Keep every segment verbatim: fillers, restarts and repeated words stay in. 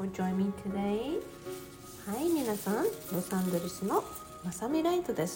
for joining me today. はい、皆さん、ロサンゼルスのまさみライトです。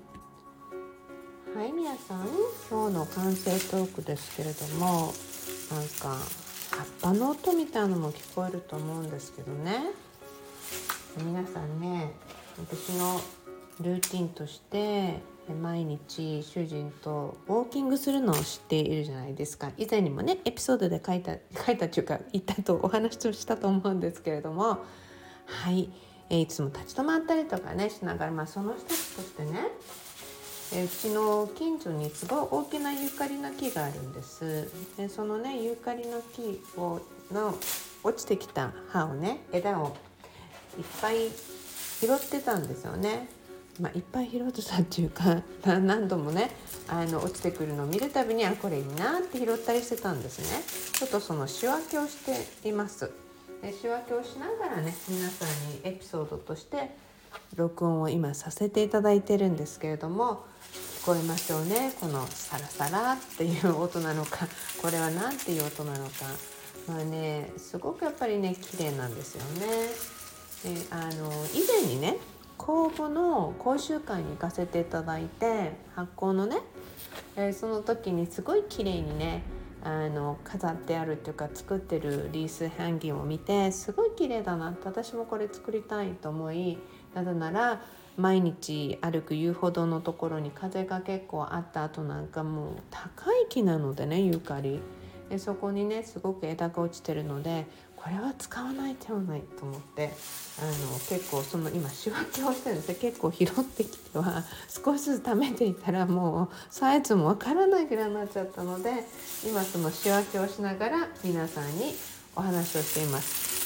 はい、皆さん、今日の完成トークですけれども、なんか葉っぱの音みたいなのも聞こえると思うんですけどね。皆さんね、私のルーティンとして毎日主人とウォーキングするのを知っているじゃないですか。以前にもねエピソードで書いた書いたというか言ったとお話をしたと思うんですけれども、はい、えー、いつも立ち止まったりとかねしながら、まあ、その一つとしてね、えー、うちの近所にすごい大きなユーカリの木があるんです。でそのねユーカリの木をの落ちてきた葉をね枝をいっぱい拾ってたんですよね。まあ、いっぱい拾ってたっていうか何度もねあの落ちてくるのを見るたびにあこれいいなって拾ったりしてたんですね。ちょっとその仕分けをしています。で仕分けをしながらね皆さんにエピソードとして録音を今させていただいてるんですけれども、聞こえましょうね。このサラサラっていう音なのかこれはなんていう音なのか、まあねすごくやっぱりね綺麗なんですよね。であの以前にね酵母の講習会に行かせていただいて、発酵のね、えー、その時にすごい綺麗にねあの飾ってあるっていうか作ってるリースハンギングを見てすごい綺麗だなって、私もこれ作りたいと思い、なぜなら毎日歩く遊歩道のところに風が結構あった後なんかもう高い木なのでねユーカリでそこにねすごく枝が落ちてるのでこれは使わない手はないと思ってあの結構その今仕分けをしてるんですよ。結構拾ってきては少しずつ貯めていたらもうサイズもわからないぐらいになっちゃったので今その仕分けをしながら皆さんにお話をしています。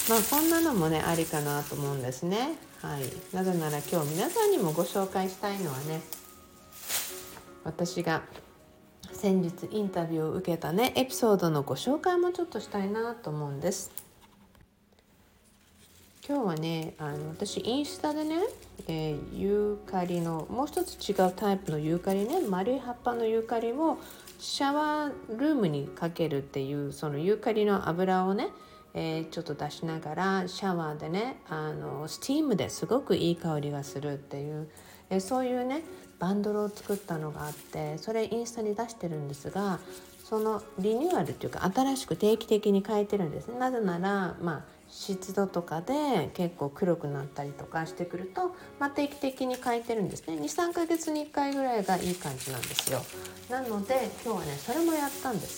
まあこんなのもねありかなと思うんですね。はい、なぜなら今日皆さんにもご紹介したいのはね、私が先日インタビューを受けたねエピソードのご紹介もちょっとしたいなと思うんです。今日はねあの私インスタでね、えー、ユーカリのもう一つ違うタイプのユーカリね、丸い葉っぱのユーカリをシャワールームにかけるっていうそのユーカリの油をね、えー、ちょっと出しながらシャワーでねあのスチームですごくいい香りがするっていう、えー、そういうねバンドルを作ったのがあって、それインスタに出してるんですが、そのリニューアルっていうか新しく定期的に変えてるんですね。なぜならまあ湿度とかで結構黒くなったりとかしてくると、まあ、定期的に変えてるんですね。 にさんかげつにいっかいぐらいがいい感じなんですよ。なので今日はねそれもやったんです。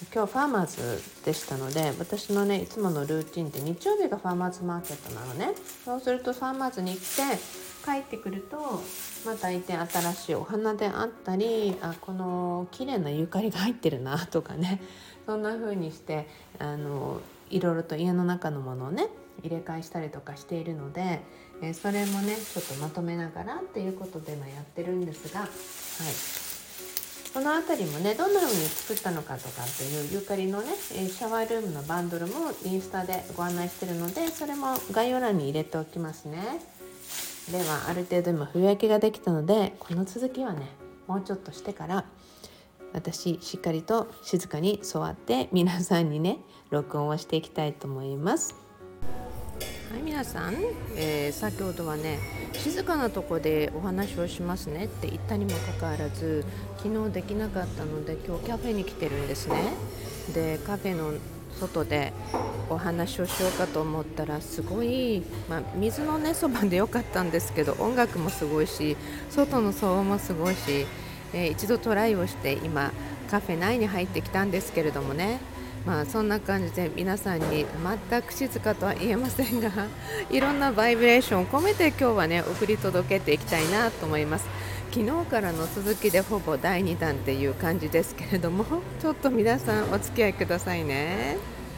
今日ファーマーズでしたので、私のねいつものルーティンって日曜日がファーマーズマーケットなのね。そうするとファーマーズに行って帰ってくるとまたいて新しいお花であったり、あこの綺麗なユーカリが入ってるなとかね、そんな風にしてあのいろいろと家の中のものをね入れ替えしたりとかしているので、えー、それもねちょっとまとめながらっていうことで今やってるんですが、はい、このあたりもねどんな風に作ったのかとかっていうユーカリのねシャワールームのバンドルもインスタでご案内してるので、それも概要欄に入れておきますね。ではある程度今冬焼けができたので、この続きはねもうちょっとしてから私しっかりと静かに座って皆さんにね録音をしていきたいと思います。はい、皆さん、えー、先ほどはね静かなとこでお話をしますねって言ったにもかかわらず昨日できなかったので今日カフェに来てるんですね。でカフェの外でお話をしようかと思ったらすごい、まあ、水のねそばでよかったんですけど音楽もすごいし外の騒音もすごいし、えー、一度トライをして今カフェ内に入ってきたんですけれどもね、まあそんな感じで皆さんに全く静かとは言えませんがいろんなバイブレーションを込めて今日はね送り届けていきたいなと思います。昨日からの続きでほぼだいにだんっていう感じですけれども、ちょっと皆さんお付き合いくださいね。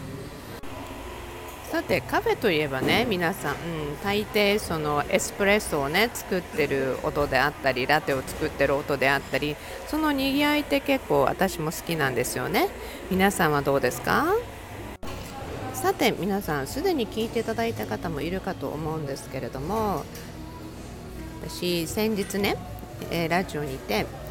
さてカフェといえばね皆さん、うん、大抵そのエスプレッソをね作ってる音であったりラテを作ってる音であったり、その賑わいって結構私も好きなんですよね。皆さんはどうですか？さて皆さんすでに聞いていただいた方もいるかと思うんですけれども、私先日ね、えー、ラジオにて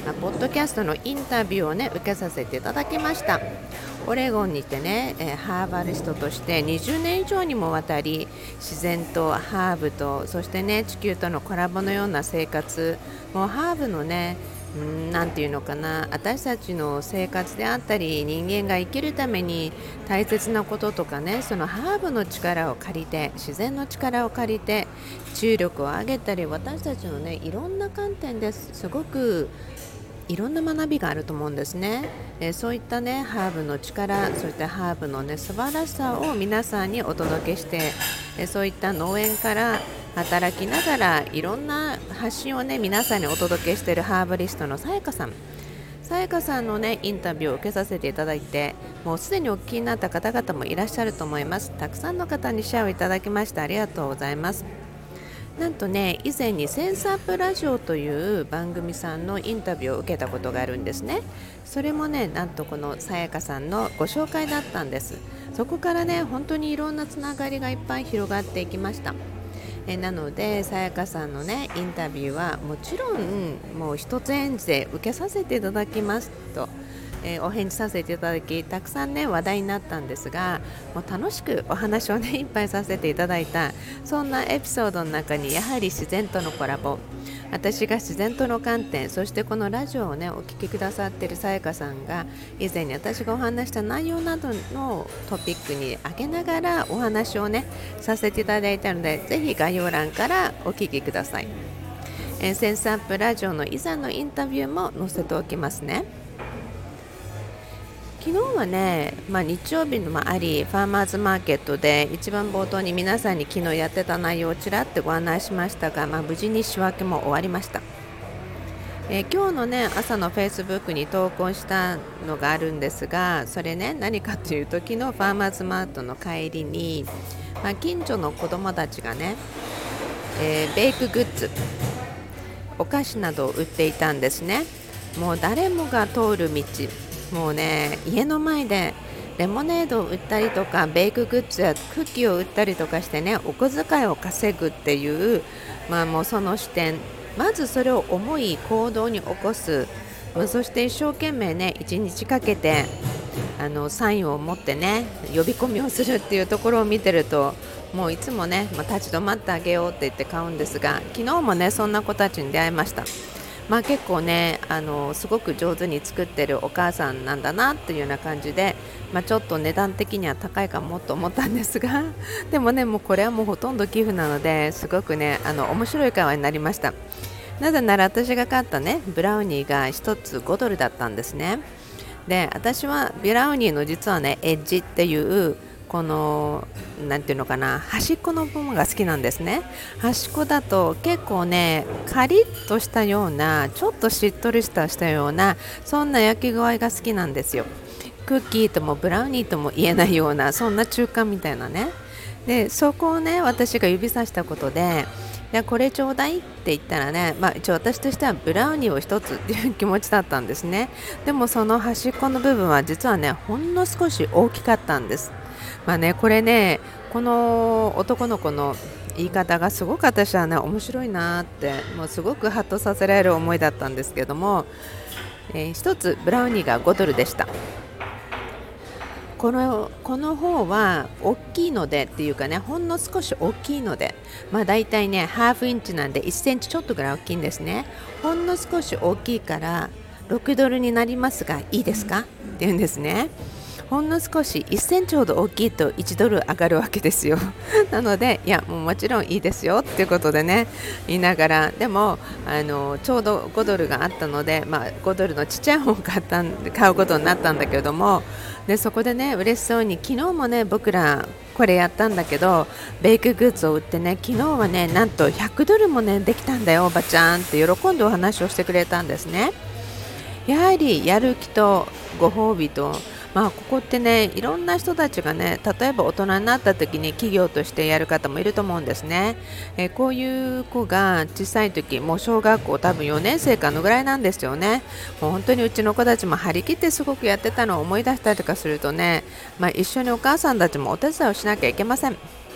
あポッドキャストのインタビューをね受けさせていただきました。オレゴンにてね、えーハーバリストとしてにじゅうねん以上にもわたり自然とハーブとそしてね地球とのコラボのような生活、もうハーブのねうんなんていうのかな、私たちの生活であったり人間が生きるために大切なこととかね、そのハーブの力を借りて自然の力を借りて注力を上げたり、私たちのねいろんな観点ですすごくいろんな学びがあると思うんですね。えーそういったねハーブの力、そういったハーブのね素晴らしさを皆さんにお届けして、えーそういった農園から働きながらいろんな発信をね皆さんにお届けしているハーブリストのさやかさんさやかさんのねインタビューを受けさせていただいて、もうすでにお聞きになった方々もいらっしゃると思います。たくさんの方にシェアをいただきましてありがとうございます。なんとね以前にセンスアップラジオという番組さんのインタビューを受けたことがあるんですね。それもねなんとこのさやかさんのご紹介だったんです。そこからね本当にいろんなつながりがいっぱい広がっていきました。えなのでさやかさんのねインタビューはもちろんもう一つ返事で受けさせていただきますと、えーお返事させていただき、たくさんね話題になったんですが、もう楽しくお話をねいっぱいさせていただいた、そんなエピソードの中にやはり自然とのコラボ、私が自然との観点、そしてこのラジオをねお聞きくださっているさやかさんが以前に私がお話した内容などのトピックに挙げながらお話をねさせていただいたので、ぜひ概要欄からお聞きください。えーセンスアップラジオの以前のインタビューも載せておきますね。昨日はね、まあ、日曜日のもありファーマーズマーケットで一番冒頭に皆さんに昨日やってた内容をちらっとご案内しましたが、まあ、無事に仕分けも終わりました。えー今日のね朝のフェイスブックに投稿したのがあるんですが、それね何かというと、昨日ファーマーズマートの帰りに、まあ、近所の子供たちがね、えーベイクグッズ、お菓子などを売っていたんですね。もう誰もが通る道、もうね家の前でレモネードを売ったりとかベイクグッズやクッキーを売ったりとかしてねお小遣いを稼ぐっていう、まあもうその視点、まずそれを思い行動に起こす、まあそして一生懸命ねいちにちかけてあのサインを持ってね呼び込みをするっていうところを見てると、もういつもね、まあ、立ち止まってあげようって言って買うんですが、昨日もねそんな子たちに出会いました。まあ、結構ねあのすごく上手に作ってるお母さんなんだなっていうような感じで、まあ、ちょっと値段的には高いかもと思ったんですがでもねもうこれはもうほとんど寄付なのですごくねあの面白い会話になりました。なぜなら私が買ったねブラウニーがひとつごドルだったんですね。で私はブラウニーの実はねエッジっていうこのなんていうのかな、端っこの部分が好きなんですね。端っこだと結構ねカリッとしたようなちょっとしっとりしたしたようなそんな焼き具合が好きなんですよ。クッキーともブラウニーとも言えないようなそんな中間みたいなね。でそこをね私が指さしたことで、いやこれちょうだいって言ったらね、まあ、一応私としてはブラウニーを一つっていう気持ちだったんですね。でもその端っこの部分は実はねほんの少し大きかったんです。まあねこれねこの男の子の言い方がすごく私はね面白いなって、もうすごくハッとさせられる思いだったんですけども、えー一つブラウニーがごドルでした。このこの方は大きいのでっていうかね、ほんの少し大きいので、まあだいたいねハーフインチなんでいっセンチちょっとぐらい大きいんですね。ほんの少し大きいからろくドルになりますがいいですかって言うんですね。ほんの少しいっセンチほど大きいといちドル上がるわけですよ。なのでいやもうもちろんいいですよっていうことでね言いながら、でもあのちょうどごドルがあったので、まあ、ごドルのちっちゃい方を買ったん買うことになったんだけれども、でそこでね嬉しそうに、昨日もね僕らこれやったんだけどベイクグッズを売ってね、昨日はねなんとひゃくドルもねできたんだよおばちゃんって喜んでお話をしてくれたんですね。やはりやる気とご褒美と、まあ、ここってねいろんな人たちがね、例えば大人になった時に企業としてやる方もいると思うんですね。えーこういう子が小さい時、もう小学校多分よねん生かのぐらいなんですよね。もう本当にうちの子たちも張り切ってすごくやってたのを思い出したりとかするとね、まあ、一緒にお母さんたちもお手伝いをしなきゃいけません。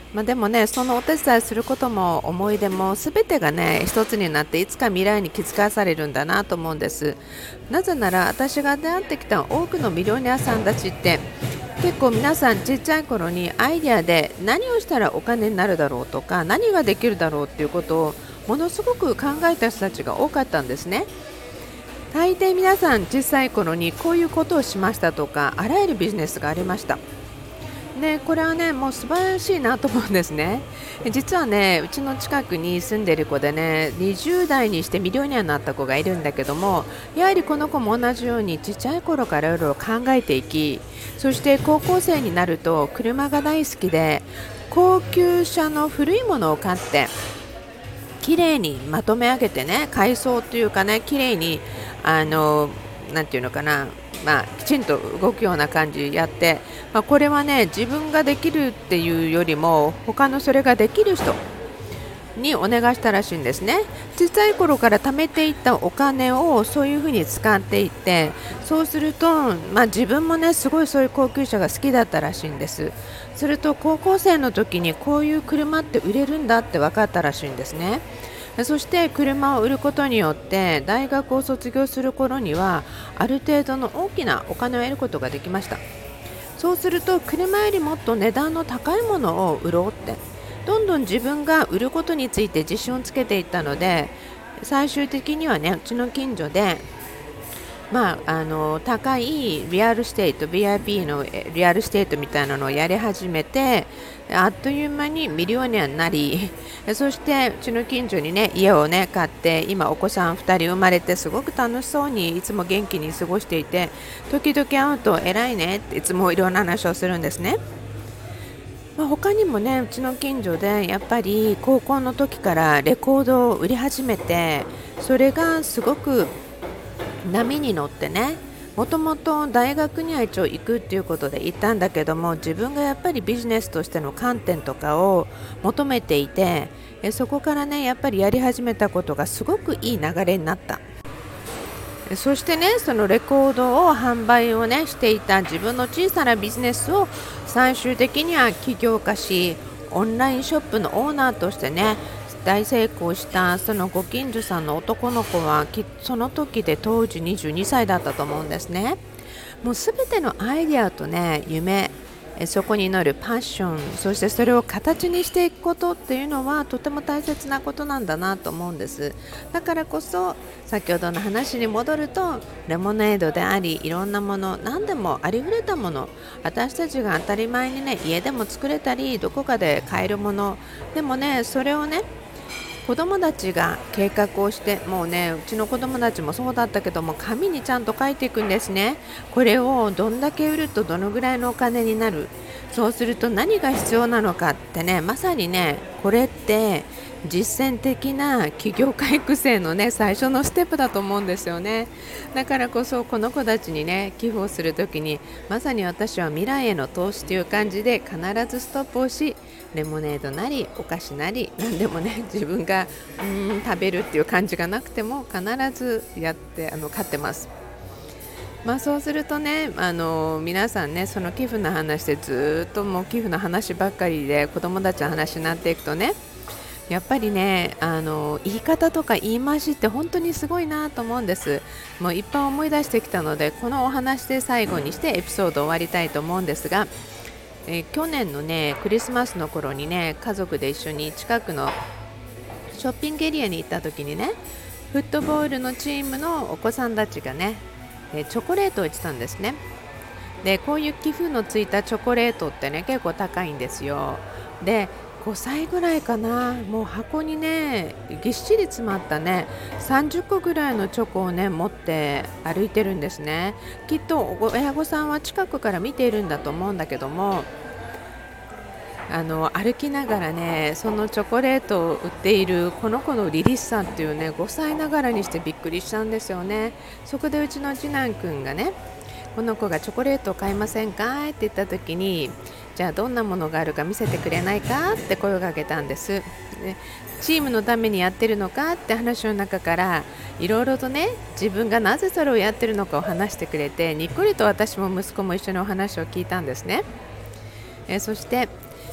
まあ、でもね、そのお手伝いすることも思い出も全てがね一つになっていつか未来に気づかされるんだなと思うんです。なぜなら私が出会ってきた多くのミリオネアさんたちって結構皆さんちっちゃい頃にアイデアで何をしたらお金になるだろうとか何ができるだろうっていうことをものすごく考えた人たちが多かったんですね。大抵皆さん小さい頃にこういうことをしましたとかあらゆるビジネスがありました。でこれはねもう素晴らしいなと思うんですね。実はねうちの近くに住んでる子でねにじゅう代にしてミリオネアになった子がいるんだけども、やはりこの子も同じようにちっちゃい頃からいろいろ考えていき、そして高校生になると車が大好きで高級車の古いものを買って綺麗にまとめ上げてね、改装というかね綺麗にあのなんていうのかな、まあ、きちんと動くような感じやって、まあ、これはね自分ができるっていうよりも他のそれができる人にお願いしたらしいんですね。小さい頃から貯めていったお金をそういうふうに使っていって、そうすると、まあ、自分もねすごいそういう高級車が好きだったらしいんです。すると高校生の時にこういう車って売れるんだって分かったらしいんですね。そして車を売ることによって大学を卒業する頃にはある程度の大きなお金を得ることができました。そうすると車よりもっと値段の高いものを売ろうってどんどん自分が売ることについて自信をつけていったので、最終的にはねうちの近所でまあ、あの高いリアルステート ブイアイピー のリアルステートみたいなのをやり始めて、あっという間にミリオネアになり、そしてうちの近所にね家をね買って、今お子さんふたり生まれてすごく楽しそうにいつも元気に過ごしていて、時々会うと偉いねっていつもいろんな話をするんですね。まあ、他にもねうちの近所でやっぱり高校の時からレコードを売り始めて、それがすごく波に乗ってね、もともと大学には一応行くっていうことで行ったんだけども、自分がやっぱりビジネスとしての観点とかを求めていて、えそこからねやっぱりやり始めたことがすごくいい流れになった。そしてねそのレコードを販売をねしていた自分の小さなビジネスを最終的には起業化し、オンラインショップのオーナーとしてね大成功したそのご近所さんの男の子はきその時で当時にじゅうにさいだったと思うんですね。もうすべてのアイデアとね夢、そこに乗るパッション、そしてそれを形にしていくことっていうのはとても大切なことなんだなと思うんです。だからこそ先ほどの話に戻ると、レモネードでありいろんなもの何でもありふれたもの、私たちが当たり前にね家でも作れたりどこかで買えるものでもね、それをね子どもたちが計画をして、もうねうちの子どもたちもそうだったけども紙にちゃんと書いていくんですね。これをどんだけ売るとどのぐらいのお金になる、そうすると何が必要なのかってね、まさにねこれって実践的な起業家育成のね最初のステップだと思うんですよね。だからこそこの子たちにね寄付をするときに、まさに私は未来への投資という感じで必ずストップをし、レモネードなりお菓子なり何でもね自分がうーん食べるっていう感じがなくても必ずやってあの買ってます。まあ、そうするとねあの皆さんねその寄付の話でずっともう寄付の話ばっかりで子どもたちの話になっていくとね、やっぱりねあの言い方とか言い回しって本当にすごいなと思うんです。もういっぱい思い出してきたのでこのお話で最後にしてエピソード終わりたいと思うんですが、えー去年のねクリスマスの頃にね家族で一緒に近くのショッピングエリアに行った時にね、フットボールのチームのお子さんたちがねえーチョコレートを売ってたんですね。でこういう寄付のついたチョコレートってね結構高いんですよ。でごさいぐらいかな、もう箱にねぎっしり詰まったねさんじゅっこぐらいのチョコをね持って歩いてるんですね。きっと親御さんは近くから見ているんだと思うんだけども、あの歩きながらねそのチョコレートを売っているこの子のリリスさんっていうねごさいながらにしてびっくりしたんですよね。そこでうちの次男くんがね、この子がチョコレートを買いませんかって言った時に、じゃあどんなものがあるか見せてくれないかって声をかけたんです。でチームのためにやってるのかって話の中からいろいろとね自分がなぜそれをやってるのかを話してくれて、にっこりと私も息子も一緒にお話を聞いたんですね。えそして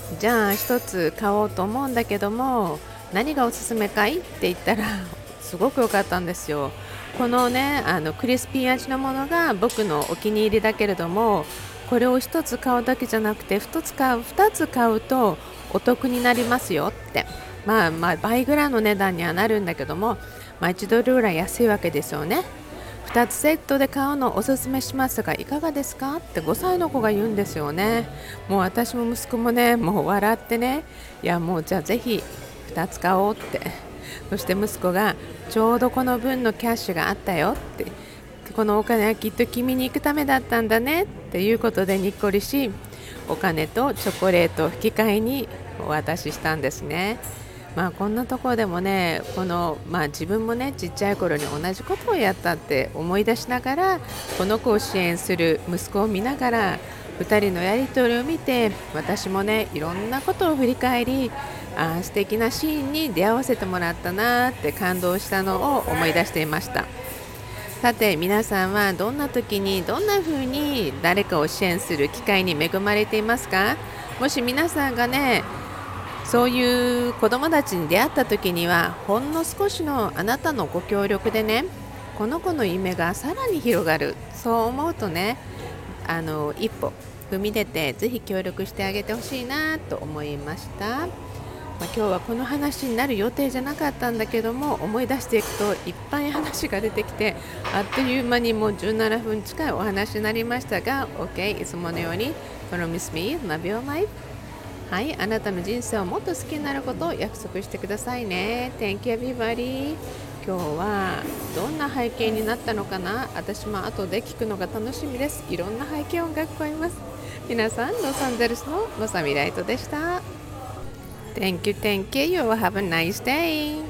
じゃあ一つ買おうと思うんだけども、何がおすすめかいって言ったらすごく良かったんですよ。このね、あのクリスピー味のものが僕のお気に入りだけれども、これを一つ買うだけじゃなくて一つ買う二つ買うとお得になりますよって、まあまあ倍ぐらいの値段にはなるんだけども、まあ、いちドルぐらい安いわけですよね。ふたつセットで買うのをおすすめしますがいかがですかってごさいの子が言うんですよね。もう私も息子もね、もう笑ってね、いやもうじゃあぜひふたつ買おうって。そして息子がちょうどこの分のキャッシュがあったよって、このお金はきっと君に行くためだったんだねっていうことでにっこりし、お金とチョコレートを引き換えにお渡ししたんですね。まあこんなところでもね、この、まあ、自分もねちっちゃい頃に同じことをやったって思い出しながら、この子を支援する息子を見ながらふたりのやり取りを見て、私もねいろんなことを振り返り、あ素敵なシーンに出会わせてもらったなって感動したのを思い出していました。さて皆さんはどんな時にどんな風に誰かを支援する機会に恵まれていますか？もし皆さんがねそういう子どもたちに出会った時には、ほんの少しのあなたのご協力でね、この子の夢がさらに広がる、そう思うとね、あの一歩踏み出てぜひ協力してあげてほしいなと思いました。まあ、今日はこの話になる予定じゃなかったんだけども、思い出していくといっぱい話が出てきて、あっという間にもうじゅうななふん近いお話になりましたが、 OK、 いつものように Promise me love your life。はい、あなたの人生をもっと好きになることを約束してくださいね。 Thank you everybody。 今日はどんな背景になったのかな、私も後で聞くのが楽しみです。いろんな背景音が聞こえます。皆さん、ロサンゼルスのロサミライトでした。 Thank you, thank you. You have a nice day.